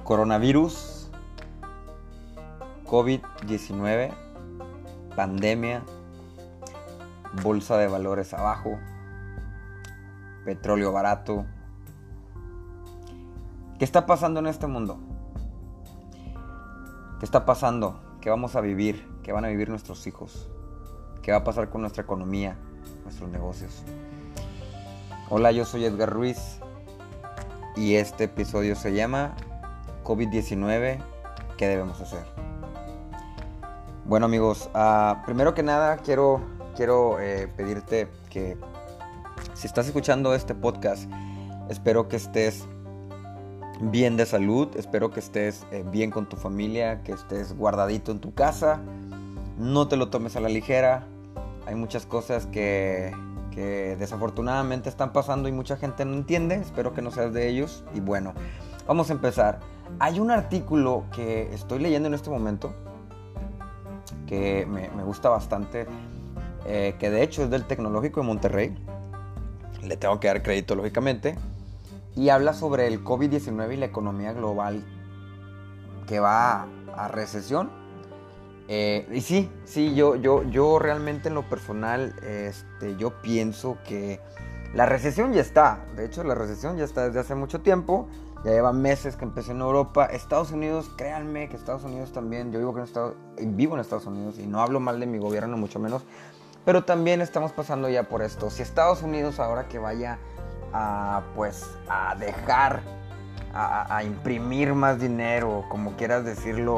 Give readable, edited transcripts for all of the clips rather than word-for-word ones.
Coronavirus, COVID-19, pandemia, bolsa de valores abajo, petróleo barato. ¿Qué está pasando en este mundo? ¿Qué está pasando? ¿Qué vamos a vivir? ¿Qué van a vivir nuestros hijos? ¿Qué va a pasar con nuestra economía, nuestros negocios? Hola, yo soy Edgar Ruiz y este episodio se llama COVID-19, ¿qué debemos hacer? Bueno amigos, primero que nada quiero pedirte que si estás escuchando este podcast, espero que estés bien de salud, espero que estés bien con tu familia, que estés guardadito en tu casa, no te lo tomes a la ligera. Hay muchas cosas que desafortunadamente están pasando y mucha gente no entiende, espero que no seas de ellos. Y bueno, vamos a empezar. Hay un artículo que estoy leyendo en este momento que me gusta bastante, que de hecho es del Tecnológico de Monterrey, le tengo que dar crédito lógicamente, y habla sobre el COVID-19 y la economía global que va a recesión. Y sí, yo realmente en lo personal, yo pienso que la recesión ya está. De hecho, la recesión ya está desde hace mucho tiempo. Ya lleva meses que empezó en Europa. Estados Unidos, créanme que Estados Unidos también. Yo vivo en Estados Unidos y no hablo mal de mi gobierno, mucho menos. Pero también estamos pasando ya por esto. Si Estados Unidos ahora que vaya a dejar, a imprimir más dinero, como quieras decirlo,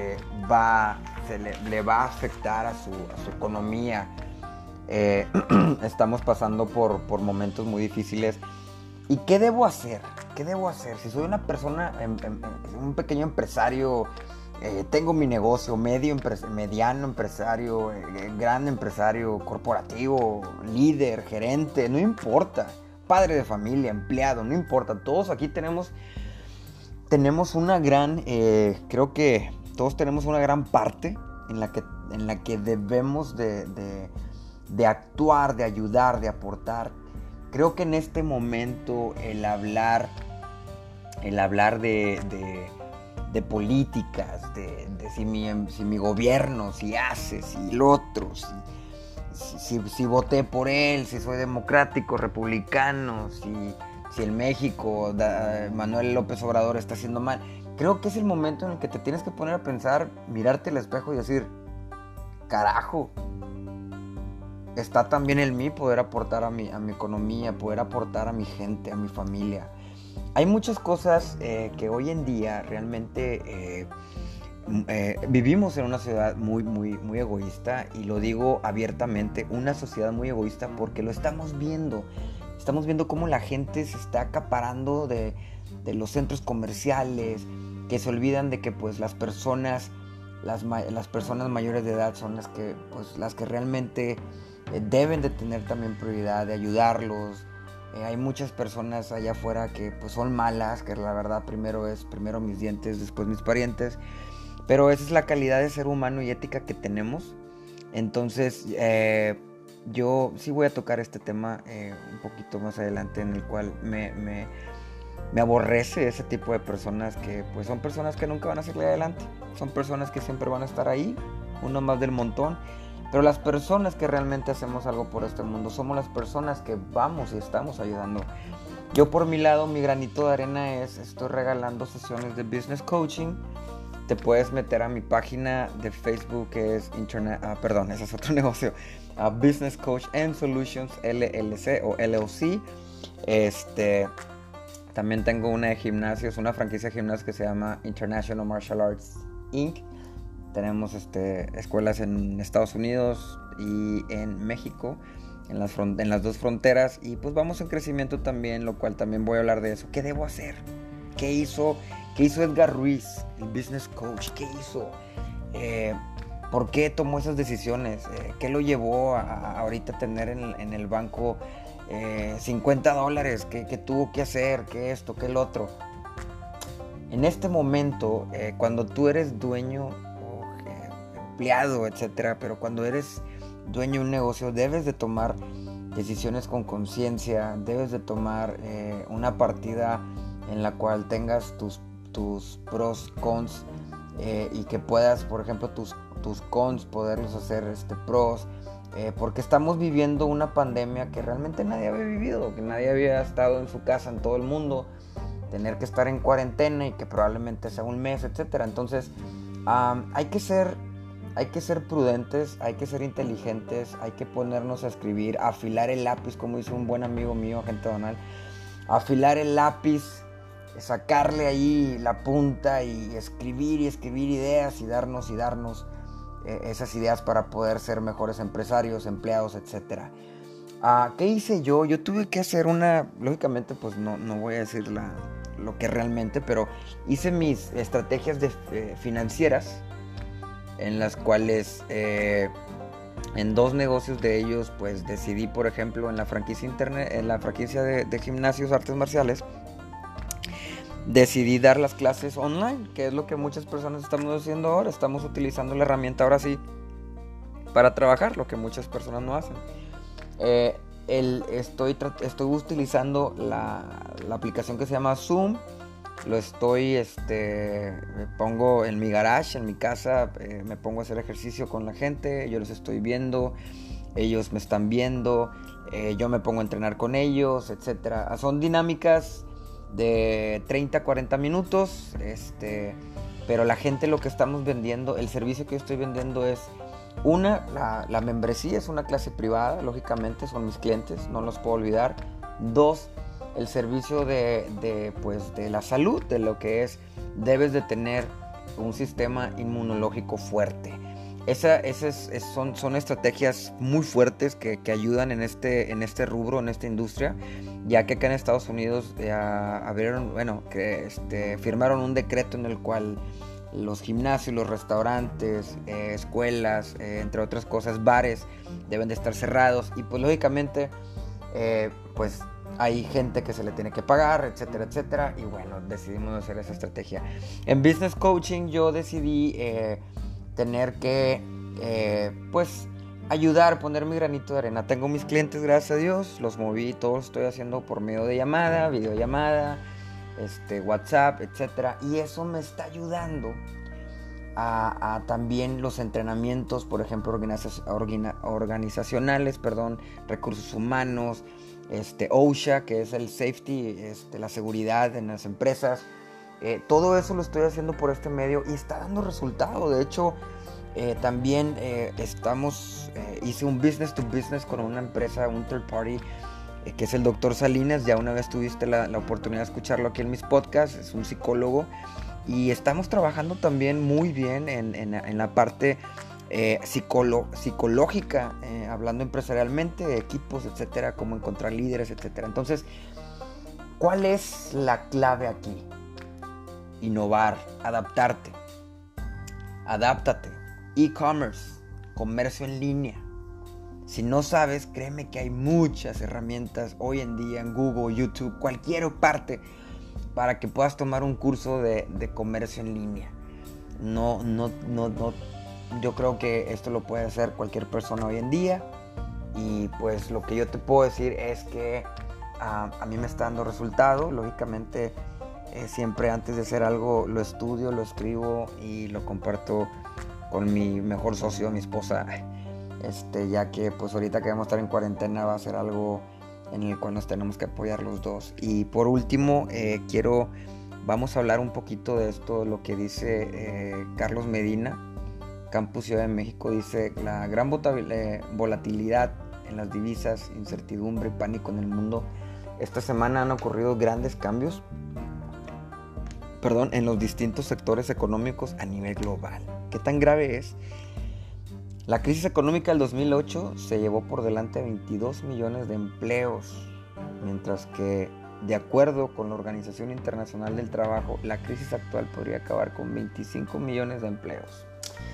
le va a afectar a su economía. Estamos pasando por momentos muy difíciles. ¿Y qué debo hacer? ¿Qué debo hacer? Si soy una persona, un pequeño empresario, tengo mi negocio, mediano empresario, gran empresario, corporativo, líder, gerente, no importa, padre de familia, empleado, no importa, todos aquí tenemos una gran, creo que todos tenemos una gran parte en la que debemos de actuar, de ayudar, de aportar. Creo que en este momento el hablar de políticas, de si mi gobierno, si hace, si el otro, si voté por él, si soy democrático, republicano, si el México, Manuel López Obrador está haciendo mal. Creo que es el momento en el que te tienes que poner a pensar, mirarte al espejo y decir, carajo, está también en mí poder aportar a mi economía, poder aportar a mi gente, a mi familia. Hay muchas cosas que hoy en día realmente vivimos en una sociedad muy egoísta, y lo digo abiertamente, una sociedad muy egoísta porque lo estamos viendo. Estamos viendo cómo la gente se está acaparando de los centros comerciales, que se olvidan de que pues las personas mayores de edad son las que realmente deben de tener también prioridad, de ayudarlos. Hay muchas personas allá afuera que pues son malas, que la verdad primero mis dientes, después mis parientes, pero esa es la calidad de ser humano y ética que tenemos. Entonces yo sí voy a tocar este tema un poquito más adelante, en el cual me aborrece ese tipo de personas que pues son personas que nunca van a salir adelante, son personas que siempre van a estar ahí, uno más del montón. Pero las personas que realmente hacemos algo por este mundo somos las personas que vamos y estamos ayudando. Yo por mi lado, mi granito de arena estoy regalando sesiones de business coaching. Te puedes meter a mi página de Facebook, que es ese es otro negocio, Business Coach and Solutions LLC o LLC. También tengo una de gimnasios, una franquicia de gimnasios que se llama International Martial Arts Inc. Tenemos escuelas en Estados Unidos y en México, en las dos fronteras, y pues vamos en crecimiento también, lo cual también voy a hablar de eso. ¿Qué debo hacer? ¿Qué hizo Edgar Ruiz, el business coach? ¿Qué hizo? ¿Por qué tomó esas decisiones? ¿Qué lo llevó a ahorita tener en el banco $50? ¿Qué tuvo que hacer? ¿Qué esto? ¿Qué el otro? En este momento, cuando tú eres dueño empleado, etcétera, pero cuando eres dueño de un negocio debes de tomar decisiones con conciencia, debes de tomar una partida en la cual tengas tus tus pros, cons, y que puedas, por ejemplo, tus cons poderlos hacer pros, porque estamos viviendo una pandemia que realmente nadie había vivido, que nadie había estado en su casa en todo el mundo, tener que estar en cuarentena y que probablemente sea un mes, etcétera. Entonces hay que ser prudentes, hay que ser inteligentes, hay que ponernos a escribir, afilar el lápiz, como dice un buen amigo mío, agente Donald, afilar el lápiz, sacarle ahí la punta y escribir ideas y darnos esas ideas para poder ser mejores empresarios, empleados, etcétera. ¿Qué hice yo? Yo tuve que hacer lógicamente pues no voy a decir lo que realmente, pero hice mis estrategias financieras, en las cuales en 2 negocios de ellos pues decidí, por ejemplo, en la franquicia de gimnasios artes marciales, decidí dar las clases online, que es lo que muchas personas estamos haciendo ahora. Estamos utilizando la herramienta ahora sí para trabajar, lo que muchas personas no hacen. Estoy utilizando la aplicación que se llama Zoom. Me pongo en mi garage, en mi casa, me pongo a hacer ejercicio con la gente, yo los estoy viendo, ellos me están viendo, yo me pongo a entrenar con ellos, etcétera. Son dinámicas de 30 a 40 minutos, pero la gente, lo que estamos vendiendo, el servicio que yo estoy vendiendo es la membresía, es una clase privada, lógicamente son mis clientes, no los puedo olvidar. 2, el servicio de la salud, de lo que debes de tener un sistema inmunológico fuerte. Son estrategias muy fuertes que ayudan en este rubro, en esta industria, ya que acá en Estados Unidos firmaron un decreto en el cual los gimnasios, los restaurantes, escuelas, entre otras cosas, bares, deben de estar cerrados, y pues lógicamente pues hay gente que se le tiene que pagar, etcétera, etcétera, y bueno, decidimos hacer esa estrategia. En Business Coaching yo decidí tener que pues ayudar, poner mi granito de arena. Tengo mis clientes, gracias a Dios, los moví, todos los estoy haciendo por medio de llamada, videollamada, WhatsApp, etcétera, y eso me está ayudando a también los entrenamientos, por ejemplo, organizacionales, recursos humanos, OSHA, que es el safety, la seguridad en las empresas. Todo eso lo estoy haciendo por este medio y está dando resultado. De hecho, también hice un business to business con una empresa, un third party, que es el Dr. Salinas. Ya una vez tuviste la oportunidad de escucharlo aquí en mis podcasts. Es un psicólogo y estamos trabajando también muy bien en la parte psicológica, hablando empresarialmente, equipos, etcétera, cómo encontrar líderes, etcétera. Entonces, ¿cuál es la clave aquí? Innovar, adaptarte. Adáptate. E-commerce, comercio en línea. Si no sabes, créeme que hay muchas herramientas hoy en día en Google, YouTube, cualquier parte, para que puedas tomar un curso de comercio en línea. No, yo creo que esto lo puede hacer cualquier persona hoy en día, y pues lo que yo te puedo decir es que a mí me está dando resultado. Lógicamente, siempre antes de hacer algo lo estudio, lo escribo y lo comparto con mi mejor socio, mi esposa, ya que pues ahorita que vamos a estar en cuarentena va a ser algo en el cual nos tenemos que apoyar los dos. Y por último, vamos a hablar un poquito de esto, lo que dice Carlos Medina, Campus Ciudad de México. Dice: la gran volatilidad en las divisas, incertidumbre y pánico en el mundo. Esta semana han ocurrido grandes cambios en los distintos sectores económicos a nivel global. ¿Qué tan grave es? La crisis económica del 2008 se llevó por delante 22 millones de empleos, mientras que, de acuerdo con la Organización Internacional del Trabajo, la crisis actual podría acabar con 25 millones de empleos.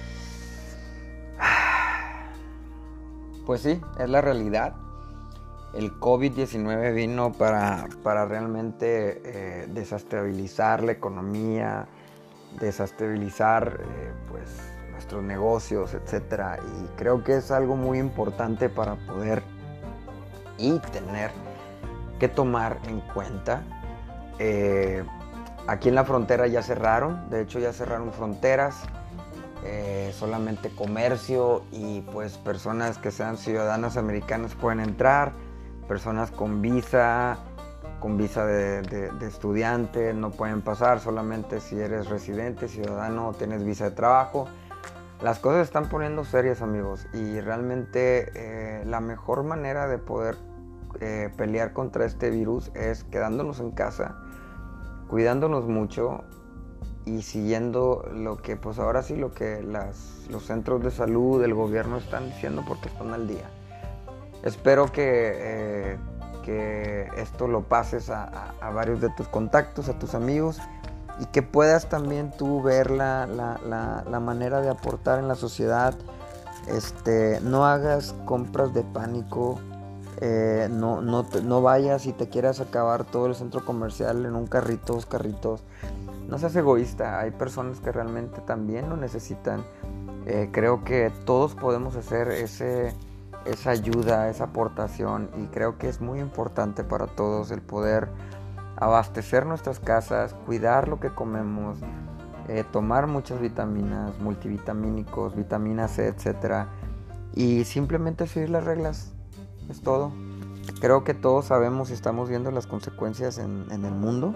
Pues sí, es la realidad. El COVID-19 vino para realmente desestabilizar la economía, desestabilizar pues nuestros negocios, etcétera, y creo que es algo muy importante para poder y tener que tomar en cuenta. Aquí en la frontera ya cerraron, de hecho ya cerraron fronteras, solamente comercio y pues personas que sean ciudadanas americanas pueden entrar, personas con visa de estudiante no pueden pasar, solamente si eres residente, ciudadano o tienes visa de trabajo. Las cosas se están poniendo serias, amigos, y realmente la mejor manera de poder pelear contra este virus es quedándonos en casa, cuidándonos mucho y siguiendo lo que, pues ahora sí, lo que los centros de salud del gobierno están diciendo, porque están al día. Espero que esto lo pases a varios de tus contactos, a tus amigos, y que puedas también tú ver la manera de aportar en la sociedad. No hagas compras de pánico, no vayas y te quieras acabar todo el centro comercial en un carrito, dos carritos. No seas egoísta, hay personas que realmente también lo necesitan. Creo que todos podemos hacer esa ayuda, esa aportación, y creo que es muy importante para todos el poder abastecer nuestras casas, cuidar lo que comemos, tomar muchas vitaminas, multivitamínicos, vitamina C, etcétera, y simplemente seguir las reglas, es todo. Creo que todos sabemos y estamos viendo las consecuencias en el mundo,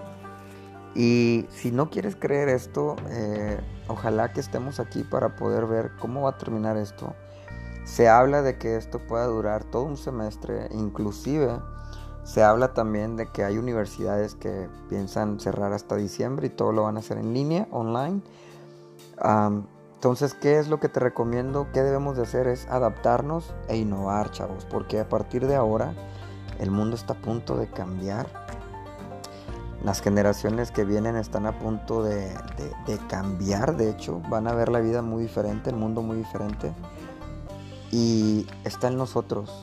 y si no quieres creer esto, ojalá que estemos aquí para poder ver cómo va a terminar esto. Se habla de que esto pueda durar todo un semestre, inclusive se habla también de que hay universidades que piensan cerrar hasta diciembre y todo lo van a hacer en línea, online. Entonces, ¿qué es lo que te recomiendo? ¿Qué debemos de hacer? Es adaptarnos e innovar, chavos, porque a partir de ahora el mundo está a punto de cambiar. Las generaciones que vienen están a punto de cambiar, de hecho, van a ver la vida muy diferente, el mundo muy diferente. Y está en nosotros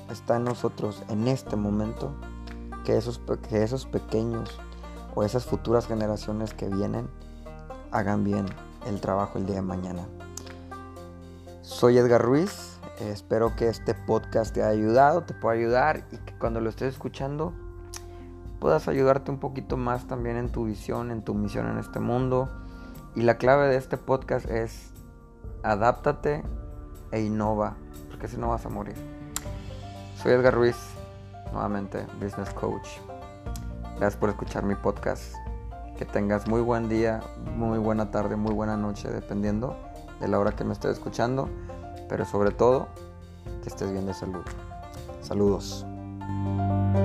en este momento que esos pequeños o esas futuras generaciones que vienen hagan bien el trabajo el día de mañana. Soy Edgar Ruiz, espero que este podcast te haya ayudado, te pueda ayudar, y que cuando lo estés escuchando puedas ayudarte un poquito más también en tu visión, en tu misión en este mundo. Y la clave de este podcast es: adáptate e innova, porque si no vas a morir. Soy Edgar Ruiz, nuevamente Business Coach. Gracias por escuchar mi podcast. Que tengas muy buen día, muy buena tarde, muy buena noche, dependiendo de la hora que me estés escuchando. Pero sobre todo, que estés bien de salud. Saludos.